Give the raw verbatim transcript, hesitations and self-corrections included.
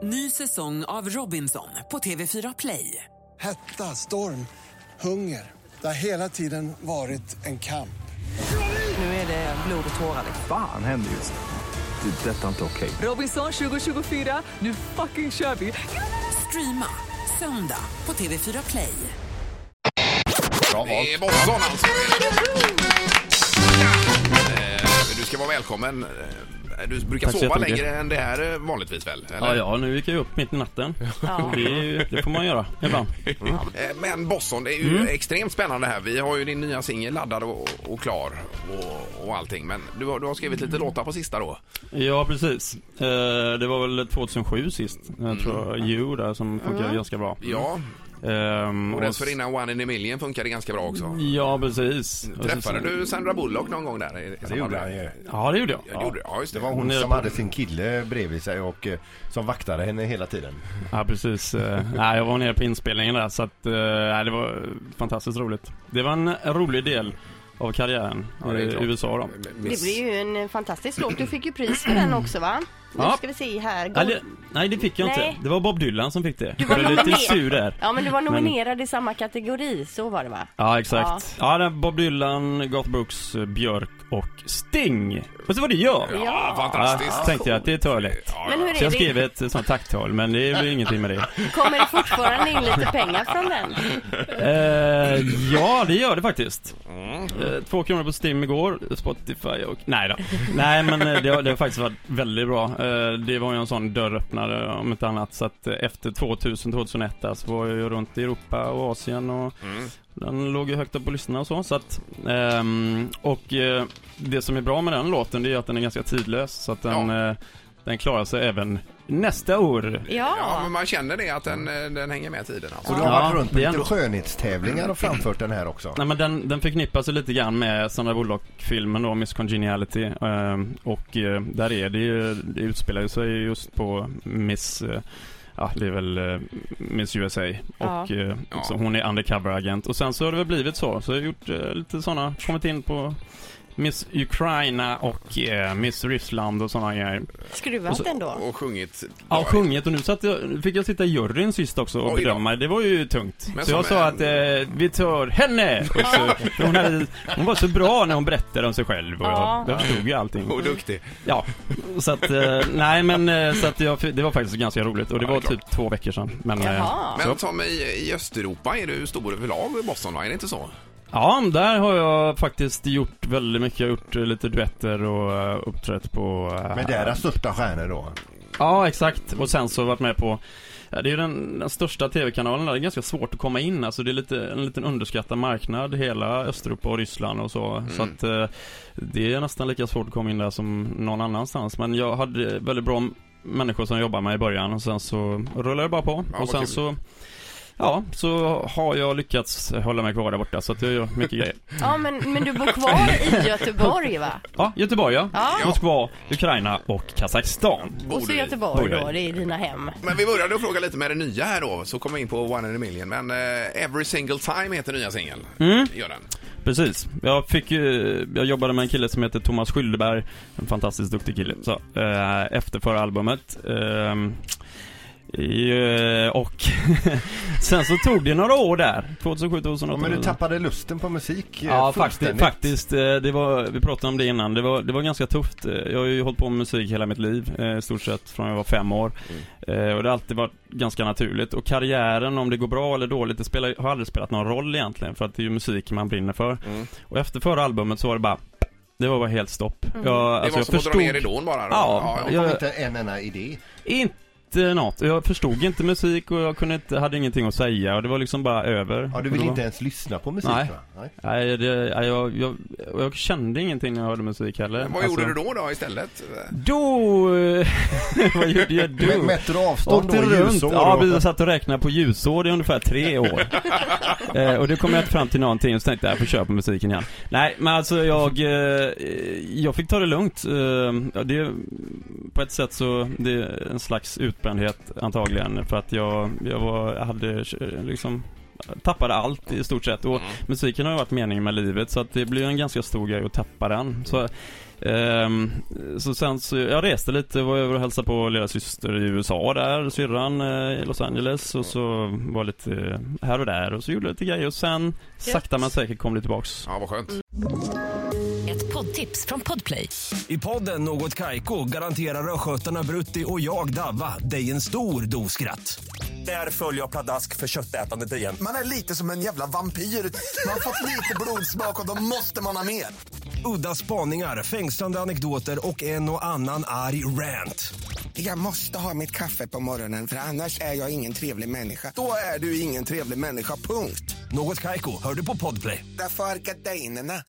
Ny säsong av Robinson på T V fyra Play. Hetta, storm, hunger. Det har hela tiden varit en kamp. Nu är det blod och tårar. Fan händer just det. Det är detta inte okej. Robinson tjugo tjugofyra, nu fucking kör vi. Streama söndag på T V fyra Play. Bra det är Boston alltså. Ja. Du ska vara välkommen. Du brukar Tack sova längre än det här vanligtvis väl? Eller? Ja, ja, nu gick jag upp mitt i natten. Ja. Det, är ju, det får man göra ibland. Mm. Men Boston, det är ju mm. extremt spännande här. Vi har ju din nya singel laddad och, och klar och, och allting. Men du har, du har skrivit lite låtar på sista då. Ja, precis. Eh, det var väl tjugohundrasju sist. Jag mm. tror You där som funkar mm. ganska bra. Ja. Um, och dessförinnan One in a Million funkade ganska bra också. Ja, precis. Träffade du Sandra Bullock någon gång där? I, det gjorde jag. Ja, det gjorde jag. Ja, gjorde, ja, just det. Det var hon som hade sin kille bredvid sig och uh, som vaktade henne hela tiden. Ja, precis. uh, nej, jag var nere på inspelningen där så att, uh, nej, det var fantastiskt roligt. Det var en rolig del av karriären ja, i U S A då. Det blir ju en fantastisk låt. Du fick ju pris för den också, va? Nu ja. ska vi se här. Go- nej, nej, det fick jag nej. inte. Det var Bob Dylan som fick det. Du var jag var lite sur där. Ja, men du var nominerad men... i samma kategori, så var det va? Ja, exakt. Ja, ja Bob Dylan, Garth Brooks, Björk och Sting. Och så var det jag. Ja, ja fantastiskt. Ja, tänkte jag att det är törligt. Men hur är så jag det? skrev ett sånt tacktal, men det är väl ingenting med det. Kommer det fortfarande in lite pengar från den? Uh, ja, det gör det faktiskt. Mm. Uh, två kronor på Steam igår, Spotify och... Nej då. Nej, men det har, det har faktiskt varit väldigt bra. Uh, det var ju en sån dörröppnare om inte annat. Så att efter tvåtusen till tjugohundraett så var jag ju runt i Europa och Asien och... Mm. Den låg ju högt upp på lyssnarna och så, så att, um, och uh, det som är bra med den låten det är att den är ganska tidlös så att den, ja. uh, den klarar sig även nästa år. Ja, ja men man känner det att den, den hänger med tiden alltså. Och du har varit runt på lite skönhetstävlingar och framfört den här också. Nej, men den, den förknippas lite grann med Sandra Bullock-filmen då, Miss Congeniality uh, och uh, där är det ju, det utspelar sig just på Miss... Uh, Ja, det är väl uh, Miss U S A och ja. uh, ja. Så hon är undercover-agent och sen så har det väl blivit så så jag har gjort uh, lite sådana, kommit in på Miss Ukraina och uh, Miss Ryssland och sådana grejer. Skruvat och ändå? Och sjungit. Ja, sjungit och nu satt jag, fick jag sitta i juryn sist också och bedöma. Det var ju tungt. Men så jag sa en... att uh, vi tar henne och så, för hon, hade, hon var så bra när hon berättade om sig själv och ja. jag, jag förstod ju allting. Och duktig. Ja, så att uh, nej men uh, så att jag, det var faktiskt ganska roligt och det ja, var typ två veckor sedan. Men, uh, men som i, i Östeuropa är du stor överlag i Boston, va? Är det inte så? Ja, där har jag faktiskt gjort väldigt mycket. Jag har gjort lite duetter och uh, uppträtt på... Uh, Men det är den största stjärnor då? Ja, exakt. Och sen så varit med på... Ja, det är ju den, den största tv-kanalen där. Det är ganska svårt att komma in. Alltså det är lite, en liten underskattad marknad. Hela Östeuropa och Ryssland och så. Mm. Så att uh, det är nästan lika svårt att komma in där som någon annanstans. Men jag hade väldigt bra människor som jobbar med i början. Och sen så rullade jag bara på. Ja, och sen så... Ja, så har jag lyckats hålla mig kvar där borta så att jag gör mycket grejer. Ja, men, men du bor kvar i Göteborg, va? Ja, Göteborg, ja. ja. Moskva, Ukraina och Kazakstan. Och så Göteborg då, det är dina hem. Men vi började att fråga lite med det nya här då, så kommer vi in på One in a Million. Men uh, Every Single Time heter nya singeln. Mm. Gör den. Precis. Jag fick ju, jag jobbade med en kille som heter Thomas Skyldeberg, en fantastiskt duktig kille. Så, uh, efter förra albumet... Uh, Ja, och sen så tog det några år där tjugohundrasju till tjugohundraåtta. Ja, men du tappade lusten på musik. Ja, faktiskt, faktiskt det var, vi pratade om det innan. Det var, det var ganska tufft. Jag har ju hållit på med musik hela mitt liv, i stort sett från jag var fem år. Mm. Och det har alltid varit ganska naturligt. Och karriären, om det går bra eller dåligt, det spelar, har aldrig spelat någon roll egentligen, för att det är ju musik man brinner för. Mm. Och efter förra albumet så var det bara det var bara helt stopp. Mm. Jag, det alltså, var jag som förstod... att dra ner ridån bara. Då. Ja, ja, jag kom inte en enda idé. Inte något. Jag förstod inte musik och jag kunde inte, hade ingenting att säga och det var liksom bara över. Ja, du vill inte ens lyssna på musik, nej. va? Nej, nej det, jag, jag, jag kände ingenting när jag hörde musik heller. Men vad alltså, gjorde du då då istället? Då... vad gjorde jag då? Mätte du avstånd då? Runt. Ljusår? Ja, vi satt och räknade på ljusår. Det är ungefär tre år. eh, och det kom jag inte fram till någonting och så tänkte jag, jag får köpa musiken igen. Nej, men alltså jag... Eh, jag fick ta det lugnt. Eh, det, på ett sätt så... Det är en slags utbrändhet antagligen. För att jag, jag, var, jag hade liksom... tappade allt i stort sett. Och Mm. musiken har ju varit meningen med livet, så att det blir en ganska stor grej att tappa den. Så, ehm, så sen så, jag reste lite, var över och hälsade på lilla syster i U S A där, syrran eh, i Los Angeles, och så var lite här och där, och så gjorde jag lite grejer, och sen sakta men säkert kom det tillbaks. Ja, vad skönt. Ett poddtips från Podplay. I podden Något Kaiko garanterar röskötarna Brutti och jag Davva dig en stor doskratt. Där följer jag pladask för köttätandet igen. Man är lite som en jävla vampyr. Man har fått lite blodsmak och då måste man ha mer. Udda spaningar, fängslande anekdoter och en och annan arg rant. Jag måste ha mitt kaffe på morgonen för annars är jag ingen trevlig människa. Då är du ingen trevlig människa, punkt. Något Kaiko, hör du på Podplay. Därför är gardinerna.